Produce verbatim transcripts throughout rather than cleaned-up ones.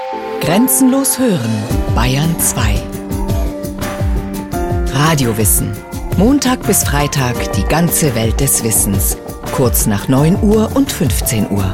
Grenzenlos hören, Bayern zwei. Radiowissen. Montag bis Freitag die ganze Welt des Wissens. Kurz nach neun Uhr und fünfzehn Uhr.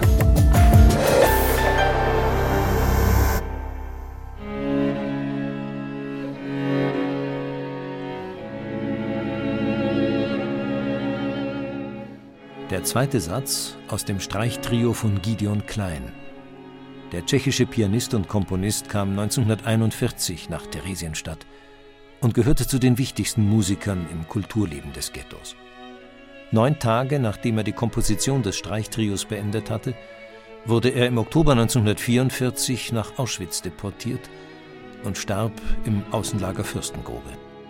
Der zweite Satz aus dem Streichtrio von Gideon Klein. Der tschechische Pianist und Komponist kam neunzehnhunderteinundvierzig nach Theresienstadt und gehörte zu den wichtigsten Musikern im Kulturleben des Ghettos. Neun Tage nachdem er die Komposition des Streichtrios beendet hatte, wurde er im Oktober neunzehnhundertvierundvierzig nach Auschwitz deportiert und starb im Außenlager Fürstengrube.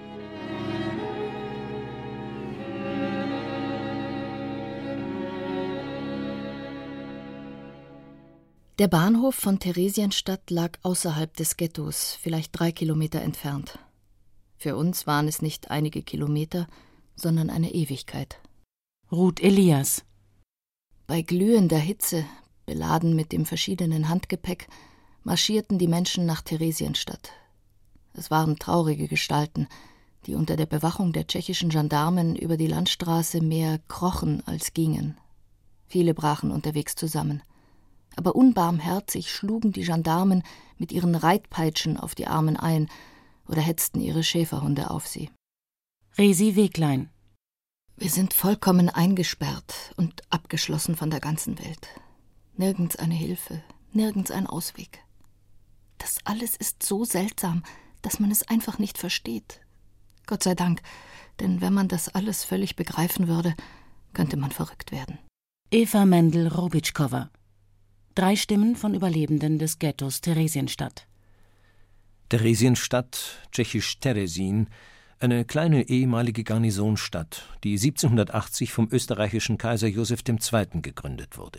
Der Bahnhof von Theresienstadt lag außerhalb des Ghettos, vielleicht drei Kilometer entfernt. Für uns waren es nicht einige Kilometer, sondern eine Ewigkeit. Ruth Elias. Bei glühender Hitze, beladen mit dem verschiedenen Handgepäck, marschierten die Menschen nach Theresienstadt. Es waren traurige Gestalten, die unter der Bewachung der tschechischen Gendarmen über die Landstraße mehr krochen als gingen. Viele brachen unterwegs zusammen. Aber unbarmherzig schlugen die Gendarmen mit ihren Reitpeitschen auf die Armen ein oder hetzten ihre Schäferhunde auf sie. Resi Weglein. Wir sind vollkommen eingesperrt und abgeschlossen von der ganzen Welt. Nirgends eine Hilfe, nirgends ein Ausweg. Das alles ist so seltsam, dass man es einfach nicht versteht. Gott sei Dank, denn wenn man das alles völlig begreifen würde, könnte man verrückt werden. Eva Mendel-Robitschkova. Drei Stimmen von Überlebenden des Ghettos Theresienstadt. Theresienstadt, tschechisch Teresin, eine kleine ehemalige Garnisonsstadt, die siebzehnhundertachtzig vom österreichischen Kaiser Joseph der Zweite gegründet wurde.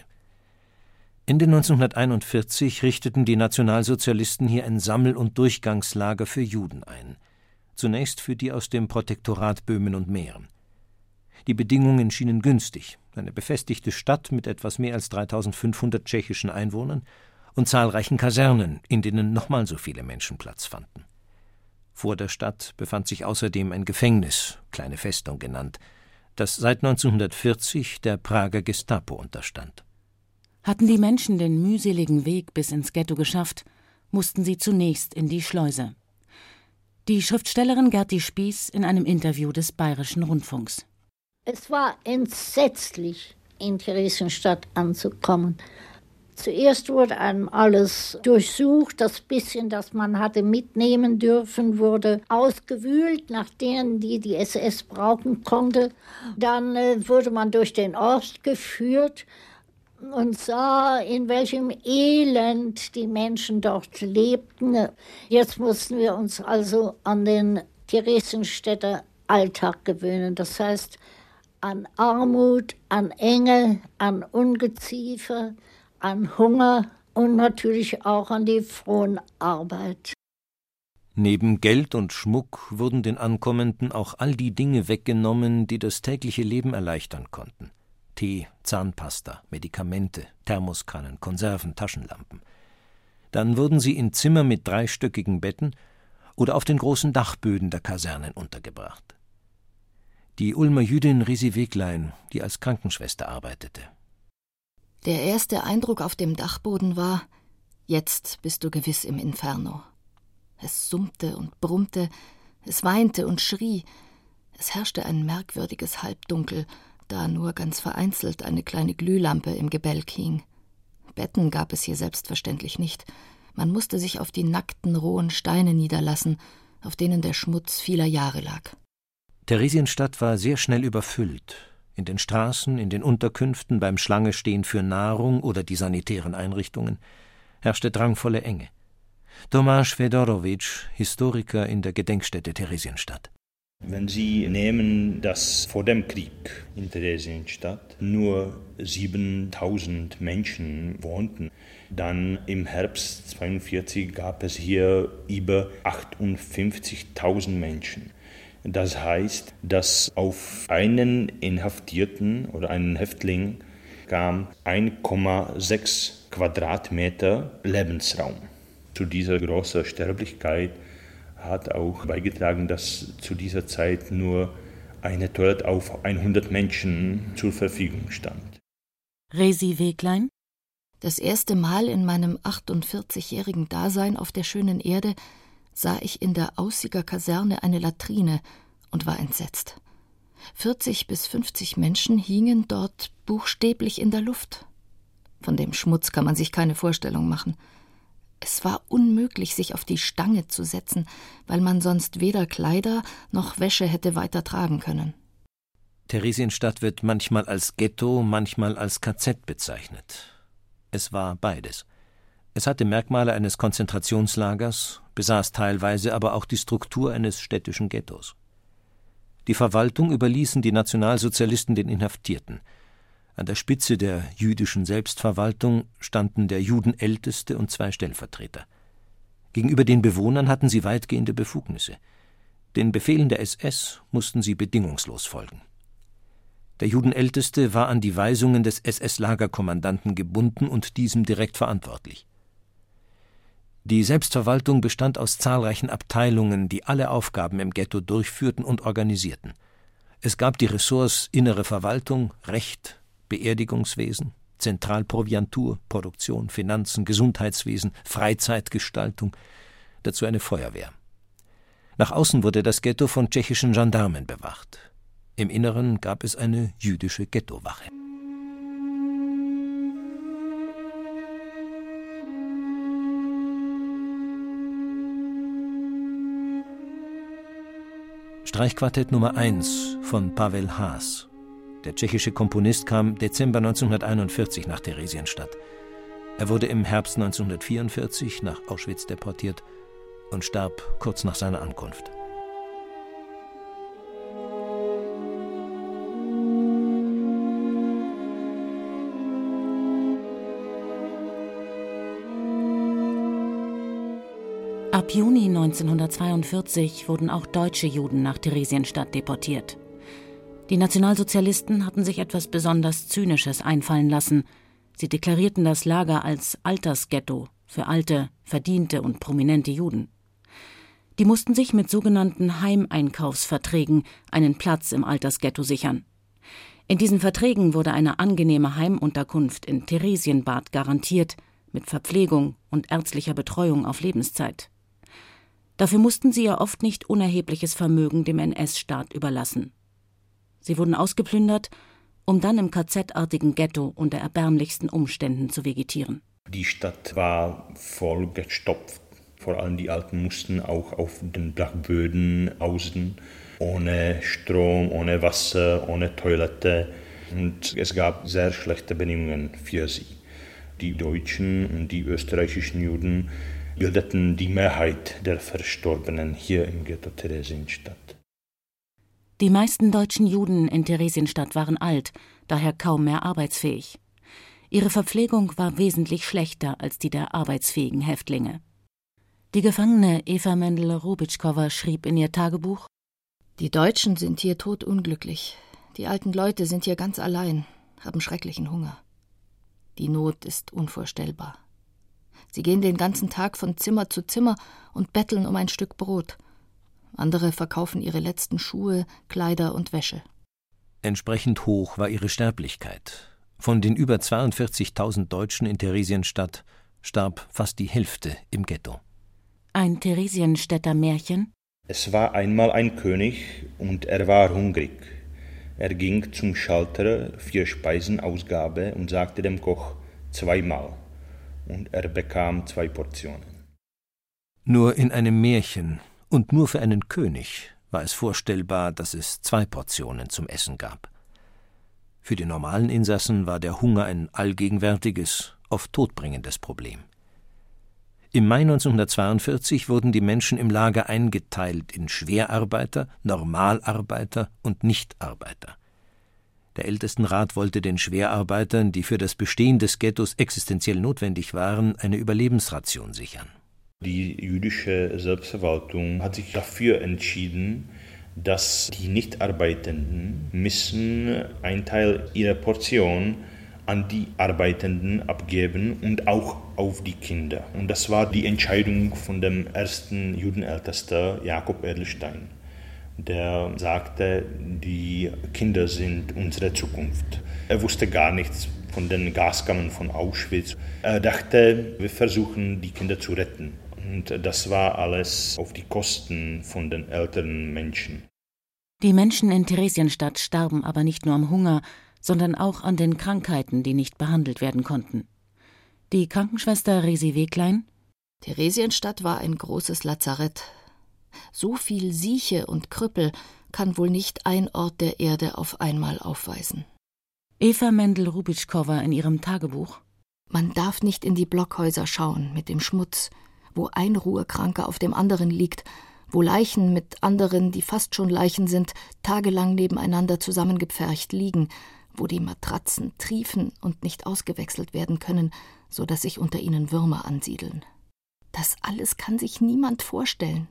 Ende neunzehnhunderteinundvierzig richteten die Nationalsozialisten hier ein Sammel- und Durchgangslager für Juden ein, zunächst für die aus dem Protektorat Böhmen und Mähren. Die Bedingungen schienen günstig, eine befestigte Stadt mit etwas mehr als dreitausendfünfhundert tschechischen Einwohnern und zahlreichen Kasernen, in denen nochmal so viele Menschen Platz fanden. Vor der Stadt befand sich außerdem ein Gefängnis, kleine Festung genannt, das seit neunzehnhundertvierzig der Prager Gestapo unterstand. Hatten die Menschen den mühseligen Weg bis ins Ghetto geschafft, mussten sie zunächst in die Schleuse. Die Schriftstellerin Gerti Spieß in einem Interview des Bayerischen Rundfunks. Es war entsetzlich, in Theresienstadt anzukommen. Zuerst wurde einem alles durchsucht, das bisschen, das man hatte mitnehmen dürfen, wurde ausgewühlt nach denen, die die S S brauchen konnte. Dann äh, wurde man durch den Ort geführt und sah, in welchem Elend die Menschen dort lebten. Jetzt mussten wir uns also an den Theresienstädter Alltag gewöhnen. Das heißt, an Armut, an Enge, an Ungeziefer, an Hunger und natürlich auch an die Fronarbeit. Neben Geld und Schmuck wurden den Ankommenden auch all die Dinge weggenommen, die das tägliche Leben erleichtern konnten. Tee, Zahnpasta, Medikamente, Thermoskannen, Konserven, Taschenlampen. Dann wurden sie in Zimmer mit dreistöckigen Betten oder auf den großen Dachböden der Kasernen untergebracht. Die Ulmer Jüdin Resi Weglein, die als Krankenschwester arbeitete. Der erste Eindruck auf dem Dachboden war, jetzt bist du gewiss im Inferno. Es summte und brummte, es weinte und schrie. Es herrschte ein merkwürdiges Halbdunkel, da nur ganz vereinzelt eine kleine Glühlampe im Gebälk hing. Betten gab es hier selbstverständlich nicht. Man musste sich auf die nackten, rohen Steine niederlassen, auf denen der Schmutz vieler Jahre lag. Theresienstadt war sehr schnell überfüllt. In den Straßen, in den Unterkünften, beim Schlangestehen für Nahrung oder die sanitären Einrichtungen herrschte drangvolle Enge. Tomáš Fedorovič, Historiker in der Gedenkstätte Theresienstadt. Wenn Sie nehmen, dass vor dem Krieg in Theresienstadt nur siebentausend Menschen wohnten, dann im Herbst zweiundvierzig gab es hier über achtundfünfzigtausend Menschen. Das heißt, dass auf einen Inhaftierten oder einen Häftling kam eins Komma sechs Quadratmeter Lebensraum. Zu dieser großen Sterblichkeit hat auch beigetragen, dass zu dieser Zeit nur eine Toilette auf hundert Menschen zur Verfügung stand. Resi Weglein? Das erste Mal in meinem achtundvierzigjährigen Dasein auf der schönen Erde sah ich in der Aussiger Kaserne eine Latrine und war entsetzt. vierzig bis fünfzig Menschen hingen dort buchstäblich in der Luft. Von dem Schmutz kann man sich keine Vorstellung machen. Es war unmöglich, sich auf die Stange zu setzen, weil man sonst weder Kleider noch Wäsche hätte weiter tragen können. Theresienstadt wird manchmal als Ghetto, manchmal als K Z bezeichnet. Es war beides. Es hatte Merkmale eines Konzentrationslagers, besaß teilweise aber auch die Struktur eines städtischen Ghettos. Die Verwaltung überließen die Nationalsozialisten den Inhaftierten. An der Spitze der jüdischen Selbstverwaltung standen der Judenälteste und zwei Stellvertreter. Gegenüber den Bewohnern hatten sie weitgehende Befugnisse. Den Befehlen der S S mussten sie bedingungslos folgen. Der Judenälteste war an die Weisungen des S S-Lagerkommandanten gebunden und diesem direkt verantwortlich. Die Selbstverwaltung bestand aus zahlreichen Abteilungen, die alle Aufgaben im Ghetto durchführten und organisierten. Es gab die Ressorts Innere Verwaltung, Recht, Beerdigungswesen, Zentralproviantur, Produktion, Finanzen, Gesundheitswesen, Freizeitgestaltung, dazu eine Feuerwehr. Nach außen wurde das Ghetto von tschechischen Gendarmen bewacht. Im Inneren gab es eine jüdische Ghettowache. Streichquartett Nummer eins von Pavel Haas. Der tschechische Komponist kam Dezember neunzehnhunderteinundvierzig nach Theresienstadt. Er wurde im Herbst neunzehnhundertvierundvierzig nach Auschwitz deportiert und starb kurz nach seiner Ankunft. Ab Juni neunzehnhundertzweiundvierzig wurden auch deutsche Juden nach Theresienstadt deportiert. Die Nationalsozialisten hatten sich etwas besonders Zynisches einfallen lassen. Sie deklarierten das Lager als Altersghetto für alte, verdiente und prominente Juden. Die mussten sich mit sogenannten Heimeinkaufsverträgen einen Platz im Altersghetto sichern. In diesen Verträgen wurde eine angenehme Heimunterkunft in Theresienbad garantiert, mit Verpflegung und ärztlicher Betreuung auf Lebenszeit. Dafür mussten sie ihr oft nicht unerhebliches Vermögen dem N S-Staat überlassen. Sie wurden ausgeplündert, um dann im K Z-artigen Ghetto unter erbärmlichsten Umständen zu vegetieren. Die Stadt war vollgestopft. Vor allem die Alten mussten auch auf den Dachböden außen, ohne Strom, ohne Wasser, ohne Toilette. Und es gab sehr schlechte Bedingungen für sie. Die deutschen und die österreichischen Juden bildeten die Mehrheit der Verstorbenen hier im Ghetto Theresienstadt. Die meisten deutschen Juden in Theresienstadt waren alt, daher kaum mehr arbeitsfähig. Ihre Verpflegung war wesentlich schlechter als die der arbeitsfähigen Häftlinge. Die Gefangene Eva Mendel-Robitschkowa schrieb in ihr Tagebuch: Die Deutschen sind hier todunglücklich. Die alten Leute sind hier ganz allein, haben schrecklichen Hunger. Die Not ist unvorstellbar. Sie gehen den ganzen Tag von Zimmer zu Zimmer und betteln um ein Stück Brot. Andere verkaufen ihre letzten Schuhe, Kleider und Wäsche. Entsprechend hoch war ihre Sterblichkeit. Von den über zweiundvierzigtausend Deutschen in Theresienstadt starb fast die Hälfte im Ghetto. Ein Theresienstädter Märchen? Es war einmal ein König und er war hungrig. Er ging zum Schalter für Speisenausgabe und sagte dem Koch zweimal. Und er bekam zwei Portionen. Nur in einem Märchen und nur für einen König war es vorstellbar, dass es zwei Portionen zum Essen gab. Für die normalen Insassen war der Hunger ein allgegenwärtiges, oft todbringendes Problem. Im Mai neunzehnhundertzweiundvierzig wurden die Menschen im Lager eingeteilt in Schwerarbeiter, Normalarbeiter und Nichtarbeiter. Der Ältestenrat wollte den Schwerarbeitern, die für das Bestehen des Ghettos existenziell notwendig waren, eine Überlebensration sichern. Die jüdische Selbstverwaltung hat sich dafür entschieden, dass die Nichtarbeitenden müssen einen Teil ihrer Portion an die Arbeitenden abgeben und auch auf die Kinder. Und das war die Entscheidung von dem ersten Judenältesten, Jakob Edelstein. Der sagte, die Kinder sind unsere Zukunft. Er wusste gar nichts von den Gaskammern von Auschwitz. Er dachte, wir versuchen, die Kinder zu retten. Und das war alles auf die Kosten von den älteren Menschen. Die Menschen in Theresienstadt starben aber nicht nur am Hunger, sondern auch an den Krankheiten, die nicht behandelt werden konnten. Die Krankenschwester Resi Weglein: Theresienstadt war ein großes Lazarett. So viel Sieche und Krüppel kann wohl nicht ein Ort der Erde auf einmal aufweisen. Eva Mendel-Rubitschkova in ihrem Tagebuch: Man darf nicht in die Blockhäuser schauen mit dem Schmutz, wo ein Ruhekranker auf dem anderen liegt, wo Leichen mit anderen, die fast schon Leichen sind, tagelang nebeneinander zusammengepfercht liegen, wo die Matratzen triefen und nicht ausgewechselt werden können, so dass sich unter ihnen Würmer ansiedeln. Das alles kann sich niemand vorstellen.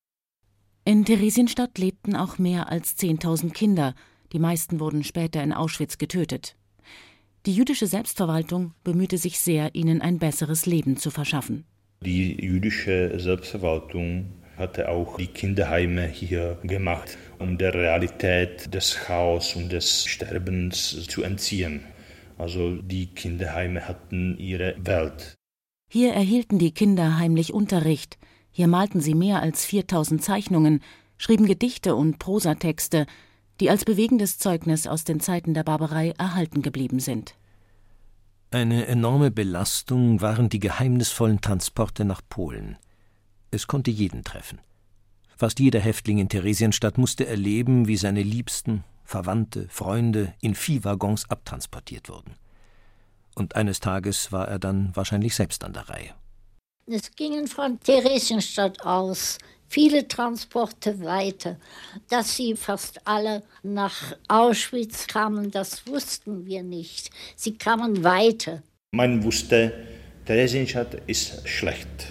In Theresienstadt lebten auch mehr als zehntausend Kinder, die meisten wurden später in Auschwitz getötet. Die jüdische Selbstverwaltung bemühte sich sehr, ihnen ein besseres Leben zu verschaffen. Die jüdische Selbstverwaltung hatte auch die Kinderheime hier gemacht, um der Realität des Chaos und des Sterbens zu entziehen. Also die Kinderheime hatten ihre Welt. Hier erhielten die Kinder heimlich Unterricht. Hier malten sie mehr als viertausend Zeichnungen, schrieben Gedichte und Prosatexte, die als bewegendes Zeugnis aus den Zeiten der Barbarei erhalten geblieben sind. Eine enorme Belastung waren die geheimnisvollen Transporte nach Polen. Es konnte jeden treffen. Fast jeder Häftling in Theresienstadt musste erleben, wie seine Liebsten, Verwandte, Freunde in Viehwaggons abtransportiert wurden. Und eines Tages war er dann wahrscheinlich selbst an der Reihe. Es gingen von Theresienstadt aus viele Transporte weiter. Dass sie fast alle nach Auschwitz kamen, das wussten wir nicht. Sie kamen weiter. Man wusste, Theresienstadt ist schlecht.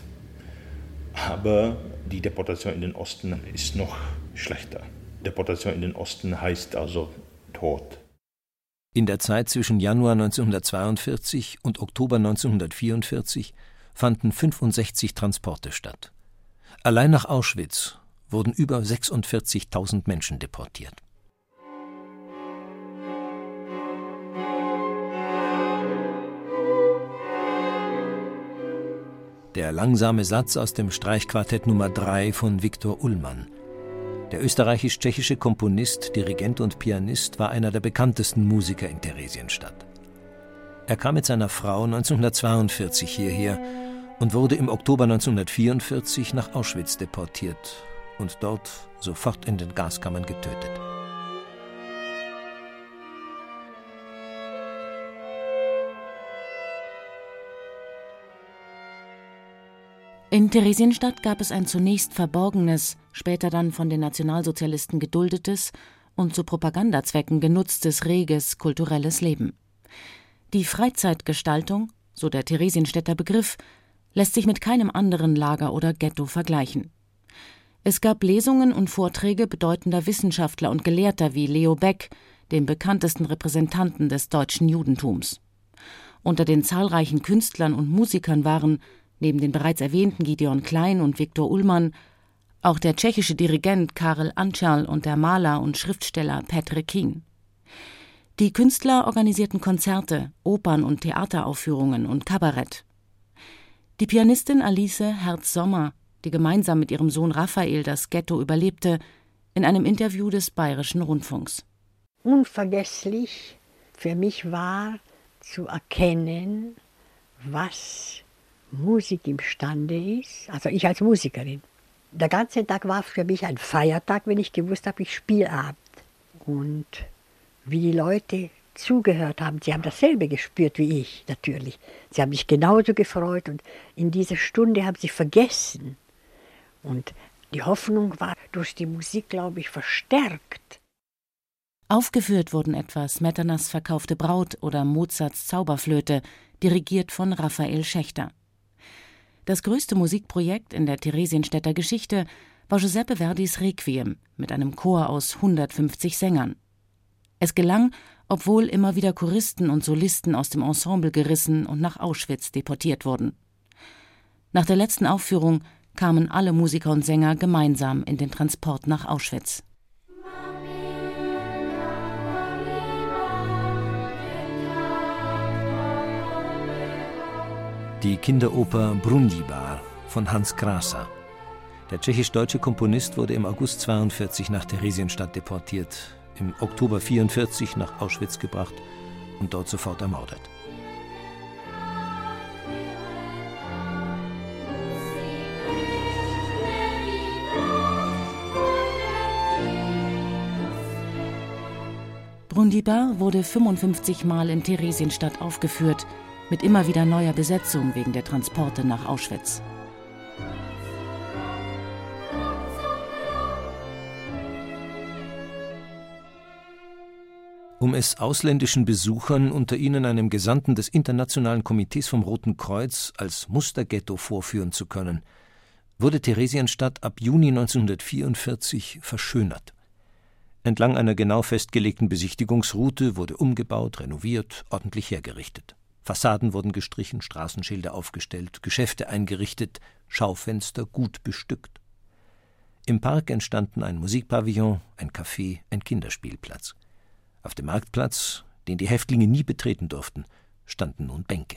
Aber die Deportation in den Osten ist noch schlechter. Deportation in den Osten heißt also Tod. In der Zeit zwischen Januar neunzehnhundertzweiundvierzig und Oktober neunzehnhundertvierundvierzig fanden fünfundsechzig Transporte statt. Allein nach Auschwitz wurden über sechsundvierzigtausend Menschen deportiert. Der langsame Satz aus dem Streichquartett Nummer drei von Viktor Ullmann. Der österreichisch-tschechische Komponist, Dirigent und Pianist war einer der bekanntesten Musiker in Theresienstadt. Er kam mit seiner Frau neunzehnhundertzweiundvierzig hierher und wurde im Oktober neunzehnhundertvierundvierzig nach Auschwitz deportiert und dort sofort in den Gaskammern getötet. In Theresienstadt gab es ein zunächst verborgenes, später dann von den Nationalsozialisten geduldetes und zu Propagandazwecken genutztes reges kulturelles Leben. Die Freizeitgestaltung, so der Theresienstädter Begriff, lässt sich mit keinem anderen Lager oder Ghetto vergleichen. Es gab Lesungen und Vorträge bedeutender Wissenschaftler und Gelehrter wie Leo Baeck, dem bekanntesten Repräsentanten des deutschen Judentums. Unter den zahlreichen Künstlern und Musikern waren, neben den bereits erwähnten Gideon Klein und Viktor Ullmann, auch der tschechische Dirigent Karel Ančal und der Maler und Schriftsteller Petr Kien. Die Künstler organisierten Konzerte, Opern- und Theateraufführungen und Kabarett. Die Pianistin Alice Herz-Sommer, die gemeinsam mit ihrem Sohn Raphael das Ghetto überlebte, in einem Interview des Bayerischen Rundfunks. Unvergesslich für mich war zu erkennen, was Musik imstande ist, also ich als Musikerin. Der ganze Tag war für mich ein Feiertag, wenn ich gewusst habe, ich spiele Abend. Und wie die Leute zugehört haben, sie haben dasselbe gespürt wie ich, natürlich. Sie haben sich genauso gefreut und in dieser Stunde haben sie vergessen. Und die Hoffnung war durch die Musik, glaube ich, verstärkt. Aufgeführt wurden etwa Smetanas Verkaufte Braut oder Mozarts Zauberflöte, dirigiert von Raphael Schächter. Das größte Musikprojekt in der Theresienstädter Geschichte war Giuseppe Verdis Requiem mit einem Chor aus hundertfünfzig Sängern. Es gelang, obwohl immer wieder Choristen und Solisten aus dem Ensemble gerissen und nach Auschwitz deportiert wurden. Nach der letzten Aufführung kamen alle Musiker und Sänger gemeinsam in den Transport nach Auschwitz. Die Kinderoper Brundibar von Hans Krása. Der tschechisch-deutsche Komponist wurde im August zweiundvierzig nach Theresienstadt deportiert, im Oktober vierundvierzig nach Auschwitz gebracht und dort sofort ermordet. Brundibar wurde fünfundfünfzig Mal in Theresienstadt aufgeführt, mit immer wieder neuer Besetzung wegen der Transporte nach Auschwitz. Um es ausländischen Besuchern, unter ihnen einem Gesandten des Internationalen Komitees vom Roten Kreuz, als Musterghetto vorführen zu können, wurde Theresienstadt ab Juni neunzehnhundertvierundvierzig verschönert. Entlang einer genau festgelegten Besichtigungsroute wurde umgebaut, renoviert, ordentlich hergerichtet. Fassaden wurden gestrichen, Straßenschilder aufgestellt, Geschäfte eingerichtet, Schaufenster gut bestückt. Im Park entstanden ein Musikpavillon, ein Café, ein Kinderspielplatz. Auf dem Marktplatz, den die Häftlinge nie betreten durften, standen nun Bänke.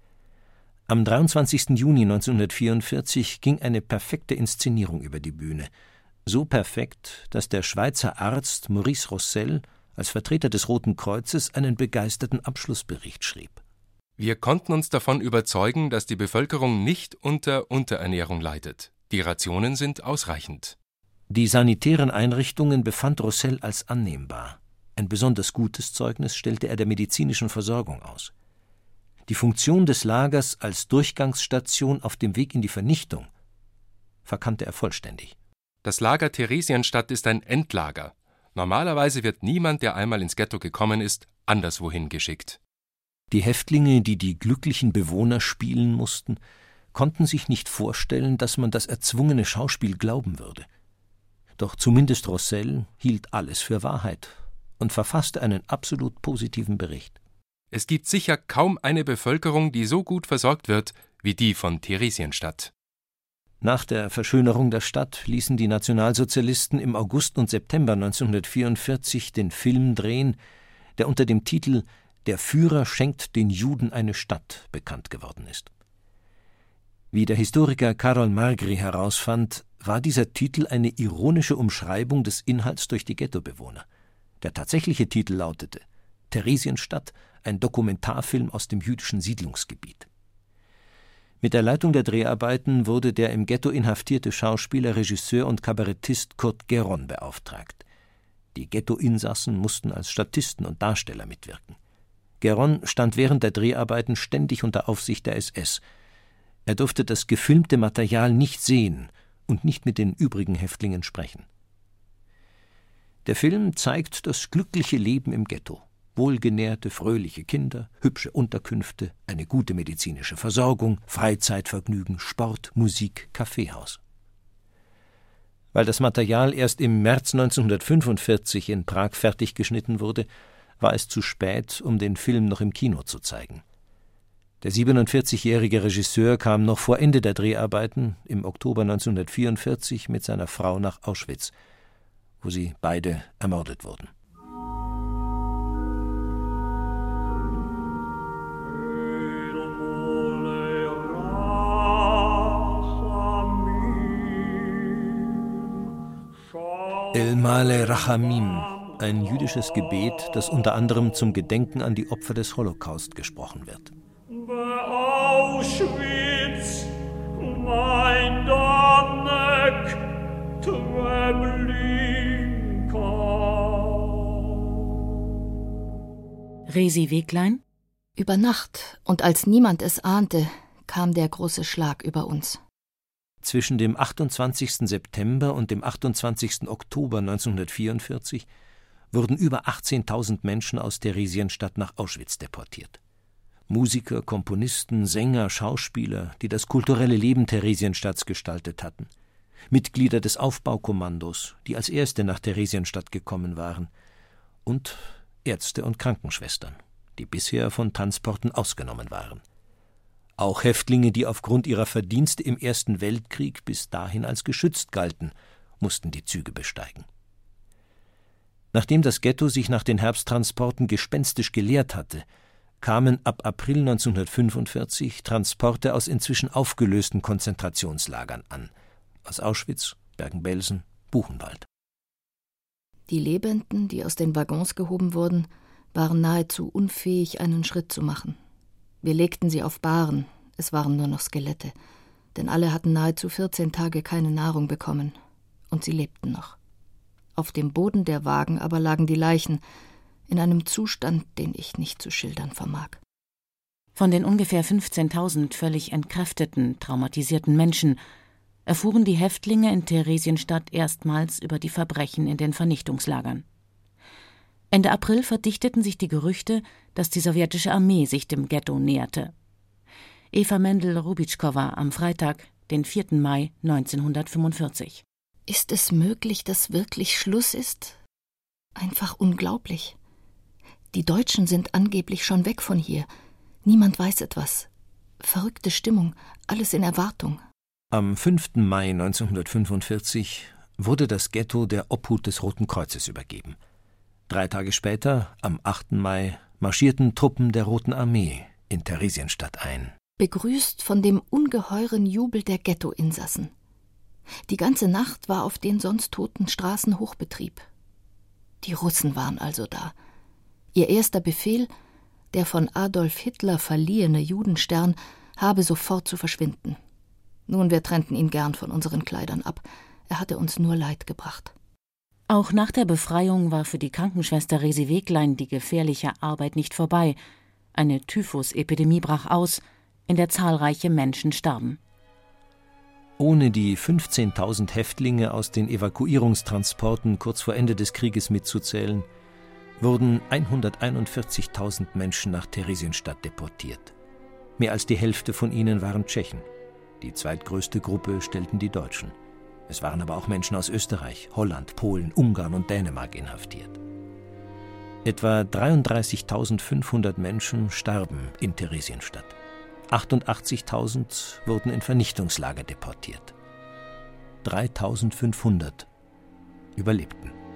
Am dreiundzwanzigsten Juni neunzehnhundertvierundvierzig ging eine perfekte Inszenierung über die Bühne. So perfekt, dass der Schweizer Arzt Maurice Rossel als Vertreter des Roten Kreuzes einen begeisterten Abschlussbericht schrieb. Wir konnten uns davon überzeugen, dass die Bevölkerung nicht unter Unterernährung leidet. Die Rationen sind ausreichend. Die sanitären Einrichtungen befand Rossel als annehmbar. Ein besonders gutes Zeugnis stellte er der medizinischen Versorgung aus. Die Funktion des Lagers als Durchgangsstation auf dem Weg in die Vernichtung verkannte er vollständig. Das Lager Theresienstadt ist ein Endlager. Normalerweise wird niemand, der einmal ins Ghetto gekommen ist, anderswohin geschickt. Die Häftlinge, die die glücklichen Bewohner spielen mussten, konnten sich nicht vorstellen, dass man das erzwungene Schauspiel glauben würde. Doch zumindest Rossel hielt alles für Wahrheit und verfasste einen absolut positiven Bericht. Es gibt sicher kaum eine Bevölkerung, die so gut versorgt wird wie die von Theresienstadt. Nach der Verschönerung der Stadt ließen die Nationalsozialisten im August und September neunzehnhundertvierundvierzig den Film drehen, der unter dem Titel »Der Führer schenkt den Juden eine Stadt« bekannt geworden ist. Wie der Historiker Karol Margry herausfand, war dieser Titel eine ironische Umschreibung des Inhalts durch die Ghettobewohner. Der tatsächliche Titel lautete »Theresienstadt, ein Dokumentarfilm aus dem jüdischen Siedlungsgebiet«. Mit der Leitung der Dreharbeiten wurde der im Ghetto inhaftierte Schauspieler, Regisseur und Kabarettist Kurt Geron beauftragt. Die Ghettoinsassen mussten als Statisten und Darsteller mitwirken. Geron stand während der Dreharbeiten ständig unter Aufsicht der S S. Er durfte das gefilmte Material nicht sehen und nicht mit den übrigen Häftlingen sprechen. Der Film zeigt das glückliche Leben im Ghetto. Wohlgenährte, fröhliche Kinder, hübsche Unterkünfte, eine gute medizinische Versorgung, Freizeitvergnügen, Sport, Musik, Kaffeehaus. Weil das Material erst im März neunzehnhundertfünfundvierzig in Prag fertig geschnitten wurde, war es zu spät, um den Film noch im Kino zu zeigen. Der siebenundvierzigjährige Regisseur kam noch vor Ende der Dreharbeiten im Oktober neunzehnhundertvierundvierzig mit seiner Frau nach Auschwitz, wo sie beide ermordet wurden. El Male Rachamim, ein jüdisches Gebet, das unter anderem zum Gedenken an die Opfer des Holocaust gesprochen wird. Auschwitz, mein Donneck, Resi Weglein. Über Nacht und als niemand es ahnte, kam der große Schlag über uns. Zwischen dem achtundzwanzigsten September und dem achtundzwanzigsten Oktober neunzehnhundertvierundvierzig wurden über achtzehntausend Menschen aus Theresienstadt nach Auschwitz deportiert. Musiker, Komponisten, Sänger, Schauspieler, die das kulturelle Leben Theresienstadts gestaltet hatten. Mitglieder des Aufbaukommandos, die als erste nach Theresienstadt gekommen waren. Und Ärzte und Krankenschwestern, die bisher von Transporten ausgenommen waren. Auch Häftlinge, die aufgrund ihrer Verdienste im Ersten Weltkrieg bis dahin als geschützt galten, mussten die Züge besteigen. Nachdem das Ghetto sich nach den Herbsttransporten gespenstisch geleert hatte, kamen ab April neunzehnhundertfünfundvierzig Transporte aus inzwischen aufgelösten Konzentrationslagern an, aus Auschwitz, Bergen-Belsen, Buchenwald. Die Lebenden, die aus den Waggons gehoben wurden, waren nahezu unfähig, einen Schritt zu machen. Wir legten sie auf Bahren, es waren nur noch Skelette, denn alle hatten nahezu vierzehn Tage keine Nahrung bekommen, und sie lebten noch. Auf dem Boden der Wagen aber lagen die Leichen, in einem Zustand, den ich nicht zu schildern vermag. Von den ungefähr fünfzehntausend völlig entkräfteten, traumatisierten Menschen erfuhren die Häftlinge in Theresienstadt erstmals über die Verbrechen in den Vernichtungslagern. Ende April verdichteten sich die Gerüchte, dass die sowjetische Armee sich dem Ghetto näherte. Eva Mendel-Rubitschkowa am Freitag, den vierten Mai neunzehnhundertfünfundvierzig. Ist es möglich, dass wirklich Schluss ist? Einfach unglaublich. Die Deutschen sind angeblich schon weg von hier. Niemand weiß etwas. Verrückte Stimmung, alles in Erwartung. Am fünften Mai neunzehnhundertfünfundvierzig wurde das Ghetto der Obhut des Roten Kreuzes übergeben. Drei Tage später, am achten Mai, marschierten Truppen der Roten Armee in Theresienstadt ein. Begrüßt von dem ungeheuren Jubel der Ghettoinsassen. Die ganze Nacht war auf den sonst toten Straßen Hochbetrieb. Die Russen waren also da. Ihr erster Befehl, der von Adolf Hitler verliehene Judenstern, habe sofort zu verschwinden. Nun, wir trennten ihn gern von unseren Kleidern ab. Er hatte uns nur Leid gebracht. Auch nach der Befreiung war für die Krankenschwester Resi Weglein die gefährliche Arbeit nicht vorbei. Eine Typhusepidemie brach aus, in der zahlreiche Menschen starben. Ohne die fünfzehntausend Häftlinge aus den Evakuierungstransporten kurz vor Ende des Krieges mitzuzählen, wurden hunderteinundvierzigtausend Menschen nach Theresienstadt deportiert. Mehr als die Hälfte von ihnen waren Tschechen. Die zweitgrößte Gruppe stellten die Deutschen. Es waren aber auch Menschen aus Österreich, Holland, Polen, Ungarn und Dänemark inhaftiert. Etwa dreiunddreißigtausendfünfhundert Menschen starben in Theresienstadt. achtundachtzigtausend wurden in Vernichtungslager deportiert. dreitausendfünfhundert überlebten.